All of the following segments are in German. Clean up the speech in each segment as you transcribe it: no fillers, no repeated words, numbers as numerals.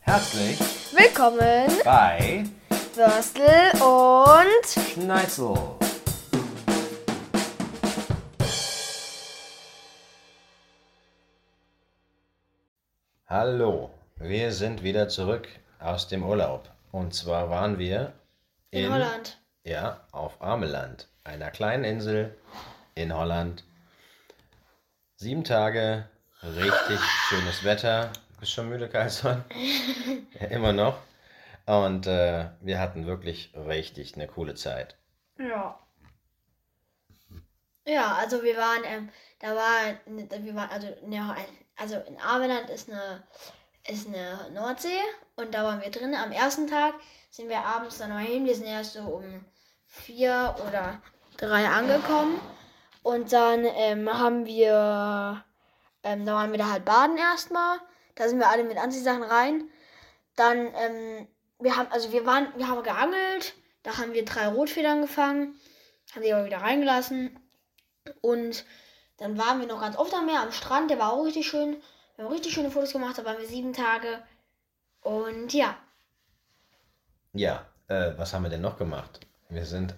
Herzlich Willkommen bei Würstel und Schneizel. Hallo, wir sind wieder zurück aus dem Urlaub. Und zwar waren wir in Holland. Ja, auf Ameland, einer kleinen Insel in Holland. 7 Tage, richtig schönes Wetter. Bist schon müde, Carlson? Ja, immer noch. Und wir hatten wirklich richtig eine coole Zeit. Ja. Ja, also wir waren, also in Ameland ist eine Nordsee und da waren wir drin. Am ersten Tag sind wir abends dann mal hin. Wir sind erst so um 4 oder 3 angekommen und dann da waren wir da halt baden erstmal. Da sind wir alle mit Anziehsachen rein. Dann, wir haben geangelt, da haben wir 3 Rotfedern gefangen, haben die aber wieder reingelassen. Und dann waren wir noch ganz oft am Meer, am Strand, der war auch richtig schön. Wir haben richtig schöne Fotos gemacht, da waren wir 7 Tage. Und ja. Ja, was haben wir denn noch gemacht? Wir sind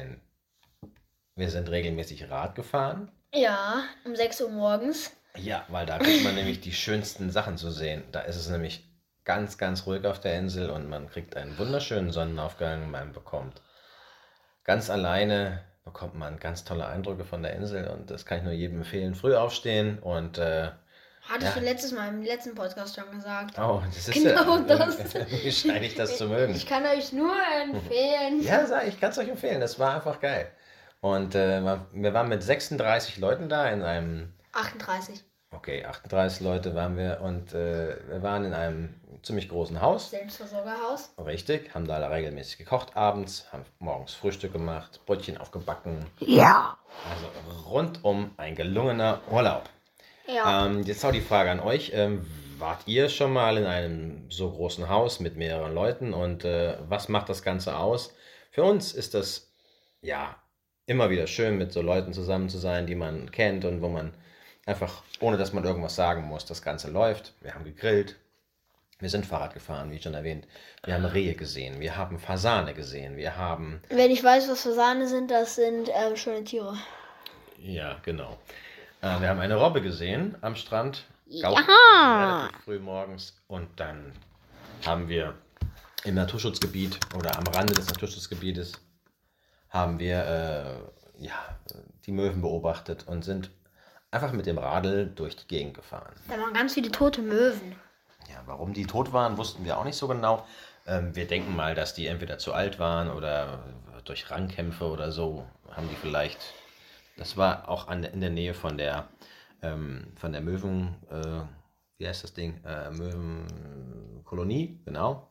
regelmäßig Rad gefahren. Ja, um 6 Uhr morgens. Ja, weil da kriegt man nämlich die schönsten Sachen zu sehen. Da ist es nämlich ganz, ganz ruhig auf der Insel und man kriegt einen wunderschönen Sonnenaufgang. Man bekommt ganz alleine ganz tolle Eindrücke von der Insel und das kann ich nur jedem empfehlen. Früh aufstehen und Hattest du letztes Mal im letzten Podcast schon gesagt. oh, das ist Genau ja das. irgendwie scheine ich das zu mögen. Ich kann euch nur empfehlen. Ja, ich kann es euch empfehlen. Das war einfach geil. Und wir waren mit 36 Leuten da in einem 38. Okay, 38 Leute waren wir und wir waren in einem ziemlich großen Haus. Selbstversorgerhaus. Richtig, haben da regelmäßig gekocht abends, haben morgens Frühstück gemacht, Brötchen aufgebacken. Ja. Also rundum ein gelungener Urlaub. Ja. Jetzt auch die Frage an euch. Wart ihr schon mal in einem so großen Haus mit mehreren Leuten und was macht das Ganze aus? Für uns ist das ja immer wieder schön, mit so Leuten zusammen zu sein, die man kennt und wo man einfach, ohne dass man irgendwas sagen muss, das Ganze läuft. Wir haben gegrillt, wir sind Fahrrad gefahren, wie schon erwähnt. Wir haben Rehe gesehen, wir haben Fasane gesehen, wir haben... Wenn ich weiß, was Fasane sind, das sind schöne Tiere. Ja, genau. Wir haben eine Robbe gesehen am Strand. Ja. Relativ früh morgens. Und dann haben wir im Naturschutzgebiet oder am Rande des Naturschutzgebietes haben wir die Möwen beobachtet und sind einfach mit dem Radl durch die Gegend gefahren. Da waren ganz viele tote Möwen. Ja, warum die tot waren, wussten wir auch nicht so genau. Wir denken mal, dass die entweder zu alt waren oder durch Rangkämpfe oder so haben die vielleicht... Das war auch in der Nähe von der Möwen... wie heißt das Ding? Möwenkolonie, genau.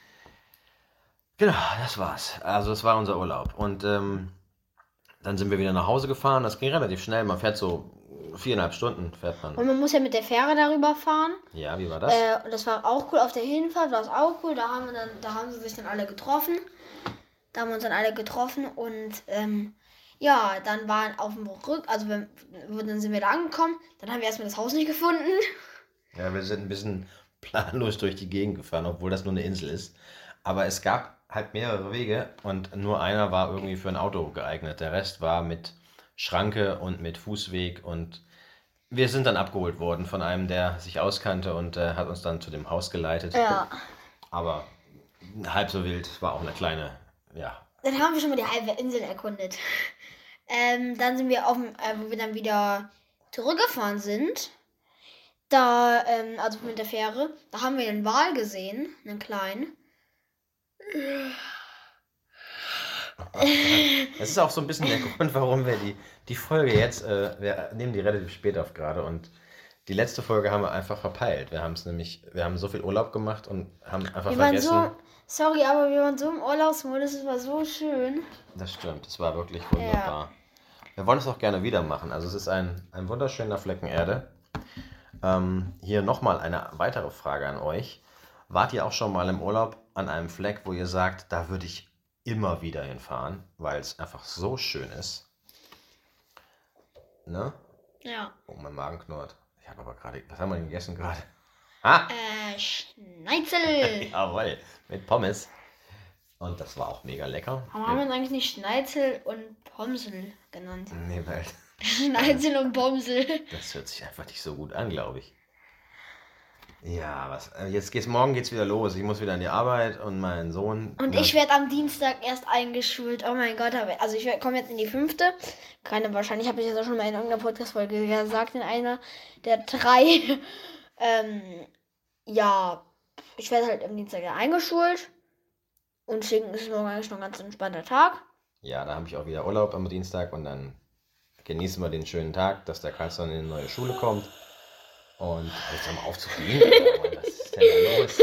Genau, das war's. Also das war unser Urlaub. Und dann sind wir wieder nach Hause gefahren. Das ging relativ schnell. Man fährt so 4,5 Stunden fährt man. Und man muss ja mit der Fähre darüber fahren. Ja, wie war das? Und das war auch cool. Auf der Hinfahrt war es auch cool. Da haben sie sich dann alle getroffen. Da haben wir uns dann alle getroffen und dann waren auf dem dann sind wir da angekommen. Dann haben wir erstmal das Haus nicht gefunden. Ja, wir sind ein bisschen planlos durch die Gegend gefahren, obwohl das nur eine Insel ist. Aber es gab halt mehrere Wege und nur einer war irgendwie für ein Auto geeignet. Der Rest war mit Schranke und mit Fußweg und wir sind dann abgeholt worden von einem, der sich auskannte und hat uns dann zu dem Haus geleitet. Ja. Aber halb so wild, war auch eine kleine, ja. Dann haben wir schon mal die halbe Insel erkundet. Dann sind wir wo wir dann wieder zurückgefahren sind, also mit der Fähre, da haben wir einen Wal gesehen, einen kleinen. Das ist auch so ein bisschen der Grund, warum wir die Folge jetzt, wir nehmen die relativ spät auf gerade und die letzte Folge haben wir einfach verpeilt. Wir haben so viel Urlaub gemacht und haben einfach vergessen. Sorry, aber wir waren so im Urlaubsmodus, es war so schön. Das stimmt, es war wirklich wunderbar. Ja. Wir wollen es auch gerne wieder machen. Also es ist ein wunderschöner Flecken Erde. Hier nochmal eine weitere Frage an euch. Wart ihr auch schon mal im Urlaub an einem Fleck, wo ihr sagt, da würde ich immer wieder hinfahren, weil es einfach so schön ist? Ne? Ja. Oh, mein Magen knurrt. Ich habe aber gerade, was haben wir denn gegessen gerade? Ah, Schnitzel. jawohl, mit Pommes. Und das war auch mega lecker. Warum haben wir uns eigentlich nicht Schnitzel und Pomsel genannt? Nee, weil Schnitzel und Pomsel. das hört sich einfach nicht so gut an, glaube ich. Ja, morgen geht's wieder los. Ich muss wieder an die Arbeit und mein Sohn. Und ich werde am Dienstag erst eingeschult. Oh mein Gott, also ich komme jetzt in die 5. Wahrscheinlich habe ich das auch schon mal in irgendeiner Podcast-Folge gesagt, in einer der 3. Ja, ich werde halt am Dienstag eingeschult. Und deswegen ist es morgen eigentlich noch ein ganz entspannter Tag. Ja, da habe ich auch wieder Urlaub am Dienstag und dann genießen wir den schönen Tag, dass der Karl dann in eine neue Schule kommt. Und jetzt hör mal auf zu fliegen. Was ist denn da los?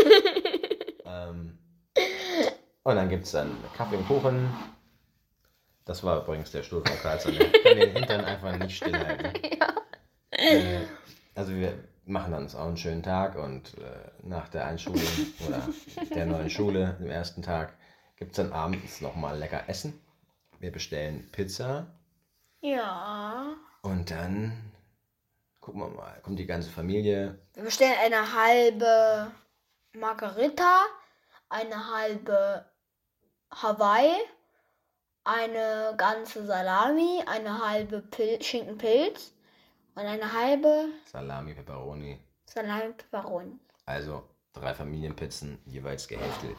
Und dann gibt es dann Kaffee und Kuchen. Das war übrigens der Stuhl von Karlsson. Ich kann den Hintern einfach nicht stillhalten. Also wir machen dann auch einen schönen Tag und nach der Einschulung oder der neuen Schule, am ersten Tag, gibt es dann abends nochmal lecker Essen. Wir bestellen Pizza. Ja. Und dann gucken wir mal, kommt die ganze Familie. Wir bestellen eine halbe Margarita, eine halbe Hawaii, eine ganze Salami, eine halbe Schinkenpilz und eine halbe Salami, Pepperoni. Salami Pepperoni. Also 3 Familienpizzen, jeweils gehälftet.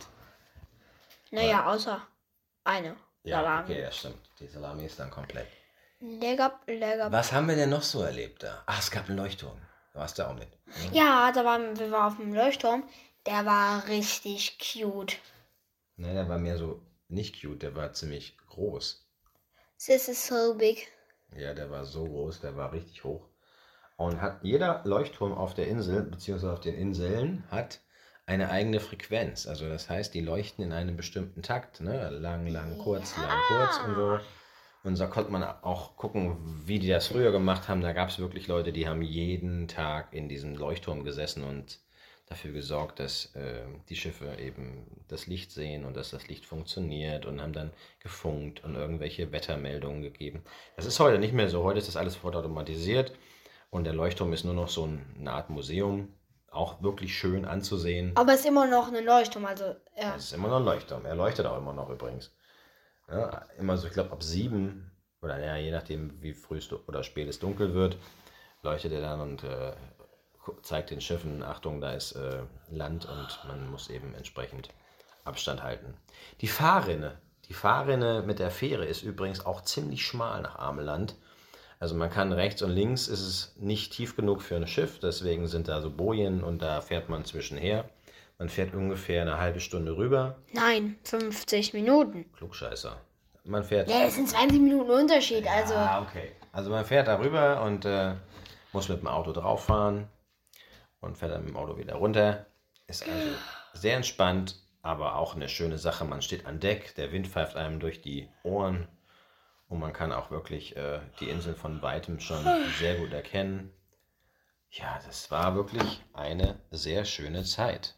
Naja, außer eine Ja, Salami. okay, ja stimmt. Die Salami ist dann komplett. Lecker. Was haben wir denn noch so erlebt da? Ach, es gab einen Leuchtturm. Du warst da auch mit. Ja, wir waren auf dem Leuchtturm. Der war richtig cute. Ne, der war mehr so nicht cute, der war ziemlich groß. This is so big. Ja, der war so groß, der war richtig hoch. Und jeder Leuchtturm auf der Insel, beziehungsweise auf den Inseln, hat eine eigene Frequenz. Also das heißt, die leuchten in einem bestimmten Takt. Ne? Lang, kurz und so. Und da konnte man auch gucken, wie die das früher gemacht haben. Da gab es wirklich Leute, die haben jeden Tag in diesem Leuchtturm gesessen und dafür gesorgt, dass die Schiffe eben das Licht sehen und dass das Licht funktioniert und haben dann gefunkt und irgendwelche Wettermeldungen gegeben. Das ist heute nicht mehr so. Heute ist das alles vollautomatisiert und der Leuchtturm ist nur noch so eine Art Museum. Auch wirklich schön anzusehen. Aber es ist immer noch ein Leuchtturm, also ja. Es ist immer noch ein Leuchtturm. Er leuchtet auch immer noch übrigens. Ja, immer so, ich glaube ab 7 oder ja, je nachdem wie früh oder spät es dunkel wird, leuchtet er dann und zeigt den Schiffen, Achtung, da ist Land und man muss eben entsprechend Abstand halten. Die Fahrrinne mit der Fähre ist übrigens auch ziemlich schmal nach Ameland. Also man kann rechts und links, ist es nicht tief genug für ein Schiff, deswegen sind da so Bojen und da fährt man zwischenher. Man fährt ungefähr eine halbe Stunde rüber. Nein, 50 Minuten. Klugscheißer. Man fährt. Ja, das sind 20 Minuten Unterschied, also. Ah, okay. Also man fährt da rüber und muss mit dem Auto drauf fahren und fährt dann mit dem Auto wieder runter. Ist also sehr entspannt, aber auch eine schöne Sache. Man steht an Deck, der Wind pfeift einem durch die Ohren und man kann auch wirklich die Insel von weitem schon sehr gut erkennen. Ja, das war wirklich eine sehr schöne Zeit.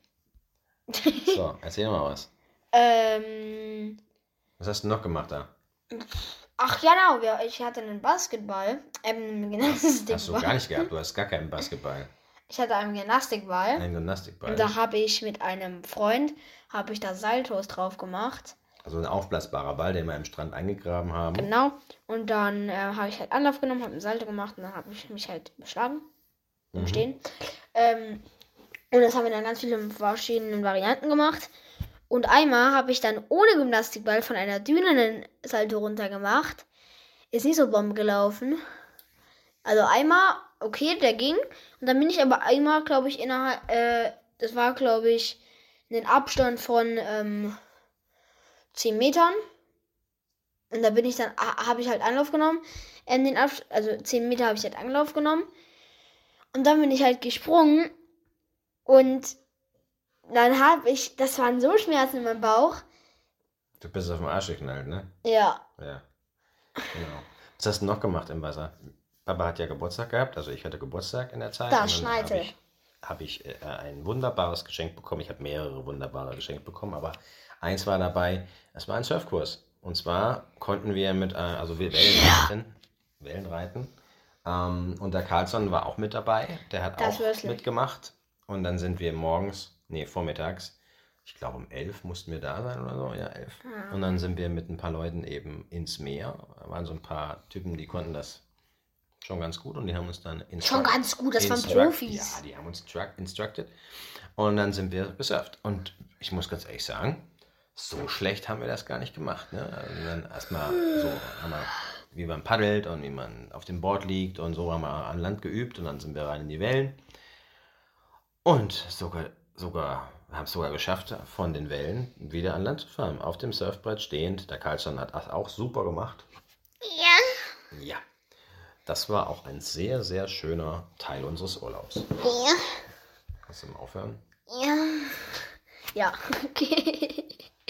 So, erzähl mal was. Was hast du noch gemacht da? Ach ja, genau, ich hatte einen Basketball, einen Gymnastikball. Hast du gar nicht gehabt, du hast gar keinen Basketball. Ich hatte einen Gymnastikball. Einen Gymnastikball. Und da habe ich mit einem Freund, da Saltos drauf gemacht. Also ein aufblasbarer Ball, den wir im Strand eingegraben haben. Genau. Und dann habe ich halt Anlauf genommen, habe einen Salto gemacht und dann habe ich mich halt geschlagen. Im Stehen. Und das haben wir dann ganz viele verschiedene Varianten gemacht. Und einmal habe ich dann ohne Gymnastikball von einer Düne einen Salto runter gemacht. Ist nicht so bomb gelaufen. Also einmal, okay, der ging. Und dann bin ich aber einmal, glaube ich, das war, glaube ich, einen Abstand von 10 Metern. Und da bin ich dann, habe ich halt Anlauf genommen. Also 10 Meter habe ich halt Anlauf genommen. Und dann bin ich halt gesprungen. Und dann das waren so Schmerzen in meinem Bauch. Du bist auf den Arsch geknallt, ne? Ja. Ja, genau. Was hast du noch gemacht im Wasser? Papa hat ja Geburtstag gehabt, also ich hatte Geburtstag in der Zeit. Das Schneitel. Habe ich ein wunderbares Geschenk bekommen. Ich habe mehrere wunderbare Geschenke bekommen, aber eins war dabei, es war ein Surfkurs. Und zwar konnten wir Wellenreiten. Und der Karlsson war auch mit dabei. Der hat auch mitgemacht. Und dann sind wir vormittags, ich glaube um 11 mussten wir da sein oder so, ja 11. Ja. Und dann sind wir mit ein paar Leuten eben ins Meer. Da waren so ein paar Typen, die konnten das schon ganz gut und die haben uns dann Schon ganz gut, das waren Profis. Ja, die haben uns instructed und dann sind wir gesurft. Und ich muss ganz ehrlich sagen, so schlecht haben wir das gar nicht gemacht. Ne? Also dann erstmal so, wie man paddelt und wie man auf dem Board liegt und so haben wir an Land geübt und dann sind wir rein in die Wellen. Und wir haben es sogar geschafft, von den Wellen wieder an Land zu fahren. Auf dem Surfbrett stehend. Der Carlson hat das auch super gemacht. Ja. Ja. Das war auch ein sehr, sehr schöner Teil unseres Urlaubs. Ja. Kannst du mal aufhören? Ja. Ja, okay.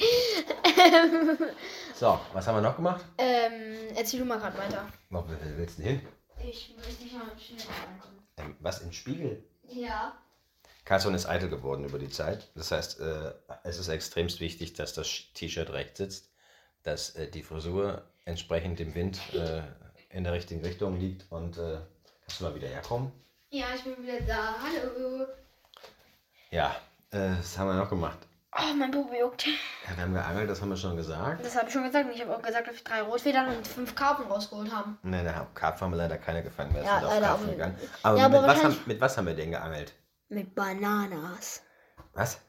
So, was haben wir noch gemacht? Erzähl du mal gerade weiter. Wo willst du denn hin? Ich möchte dich mal schnell angucken. Was, im Spiegel? Ja. Carlson ist eitel geworden über die Zeit. Das heißt, es ist extremst wichtig, dass das T-Shirt recht sitzt, dass die Frisur entsprechend dem Wind in der richtigen Richtung liegt. Und kannst du mal wieder herkommen? Ja, ich bin wieder da. Hallo. Ja, was haben wir noch gemacht? Oh, mein Popo juckt. Ja, wir haben geangelt, das haben wir schon gesagt. Das habe ich schon gesagt. Und ich habe auch gesagt, dass wir 3 Rotfedern und 5 Karpfen rausgeholt haben. Nein, da Karpfen haben wir leider keine gefangen. Wir Ja, sind auf leider Karpfen auch gegangen. nicht. Aber, Ja, aber mit was haben wir denn geangelt? Mit Bananas. Was?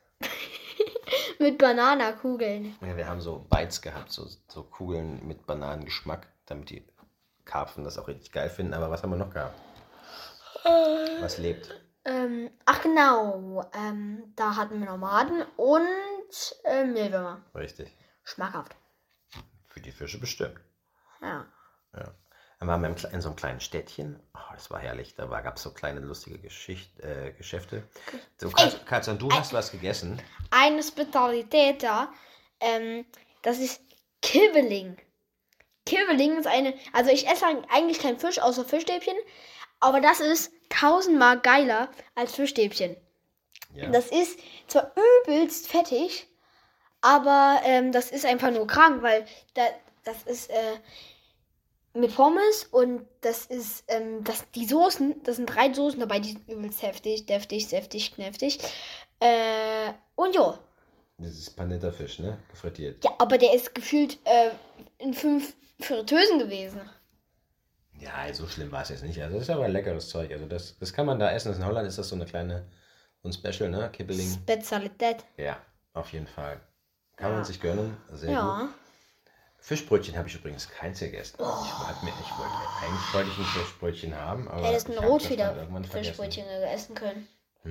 Mit Bananakugeln. Ja, wir haben so Bites gehabt, so Kugeln mit Bananengeschmack, damit die Karpfen das auch richtig geil finden. Aber was haben wir noch gehabt? Was lebt? Ach genau. Da hatten wir noch Maden und Mehlwürmer. Richtig. Schmackhaft. Für die Fische bestimmt. Ja. Ja. Dann waren wir in so einem kleinen Städtchen. Oh, das war herrlich. Da gab es so kleine lustige Geschäfte. So, Katja, du hast was gegessen. Eine Spezialität da. Das ist Kibbeling. Kibbeling ist also ich esse eigentlich keinen Fisch außer Fischstäbchen. Aber das ist 1000-mal geiler als Fischstäbchen. Ja. Das ist zwar übelst fettig, aber das ist einfach nur krank, weil das ist mit Pommes und das ist die Soßen, das sind 3 Soßen dabei, die sind übelst heftig, deftig, säftig, knäftig. Und ja. Das ist Panetta-Fisch, ne? Gefrittiert. Ja, aber der ist gefühlt in 5 Fritteusen gewesen. Ja, so schlimm war es jetzt nicht. Also das ist aber leckeres Zeug. Also das kann man da essen. In Holland ist das so eine kleine, so ein Special, ne? Kibbeling. Spezialität. Ja, auf jeden Fall. Kann man sich gönnen. Sehr Ja. gut. Fischbrötchen habe ich übrigens keins gegessen. Oh. Eigentlich wollte ich ein Fischbrötchen haben, aber Hättest ein ich habe das dann irgendwann Rotfeder-Fischbrötchen essen können.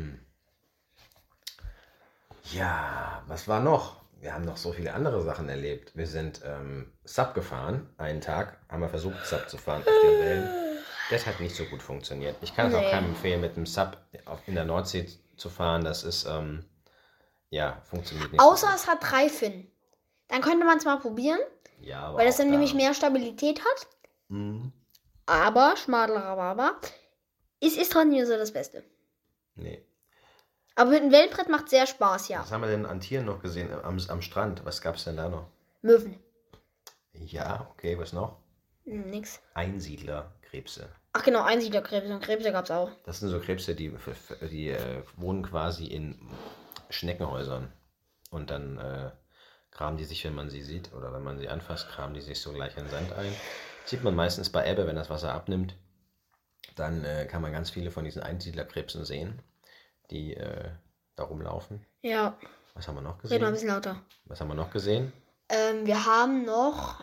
Ja, was war noch? Wir haben noch so viele andere Sachen erlebt. Wir sind Sub gefahren. Einen Tag haben wir versucht, Sub zu fahren auf den Wellen. Das hat nicht so gut funktioniert. Ich kann es auch keinem empfehlen, mit einem Sub in der Nordsee zu fahren. Das ist, funktioniert nicht. Außer es hat 3 Finnen. Dann könnte man es mal probieren, Ja, aber weil das auch dann da- nämlich mehr Stabilität hat. Mhm. Aber, Schmadlerababa, es ist trotzdem nicht so das Beste. Nee. Aber mit dem Wellenbrett macht sehr Spaß, ja. Was haben wir denn an Tieren noch gesehen am Strand? Was gab es denn da noch? Möwen. Ja, okay, was noch? Nix. Einsiedlerkrebse. Ach genau, Einsiedlerkrebse und Krebse gab's auch. Das sind so Krebse, die wohnen quasi in Schneckenhäusern. Und dann graben die sich, wenn man sie sieht oder wenn man sie anfasst, graben die sich so gleich in Sand ein. Sieht man meistens bei Ebbe, wenn das Wasser abnimmt. Dann kann man ganz viele von diesen Einsiedlerkrebsen sehen, die da rumlaufen. Ja, Was haben wir noch red mal ein gesehen? bisschen lauter. Was haben wir noch gesehen? Wir haben noch,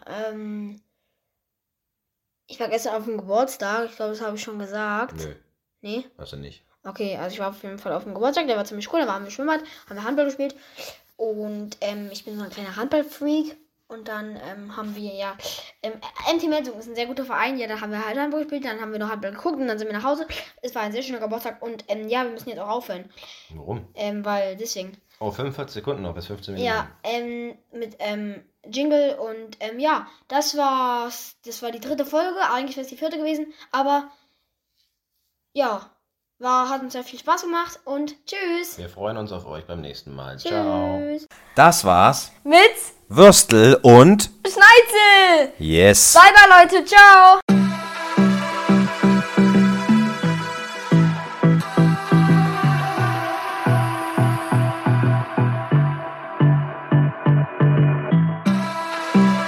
ich war gestern auf dem Geburtstag, ich glaube, das habe ich schon gesagt. Nö, Nee? also nicht. Okay, also ich war auf jeden Fall auf dem Geburtstag, der war ziemlich cool, da waren wir Schwimmbad, haben wir Handball gespielt und ich bin so ein kleiner Handballfreak und dann haben wir ja, MT Melsung ist ein sehr guter Verein, ja, da haben wir halt Handball gespielt, dann haben wir noch Handball geguckt und dann sind wir nach Hause. Es war ein sehr schöner Geburtstag und ja, wir müssen jetzt auch aufhören, Warum? weil deswegen. Oh, 45 Sekunden noch, bis 15 Minuten. Ja, mit Jingle und ja, das war's. Das war die 3. Folge. Eigentlich wäre es die 4. gewesen, aber ja, hat uns sehr viel Spaß gemacht und tschüss. Wir freuen uns auf euch beim nächsten Mal. Ciao. Tschüss. Das war's. Mit Würstel und Schneizel. Yes. Bye bye Leute, ciao.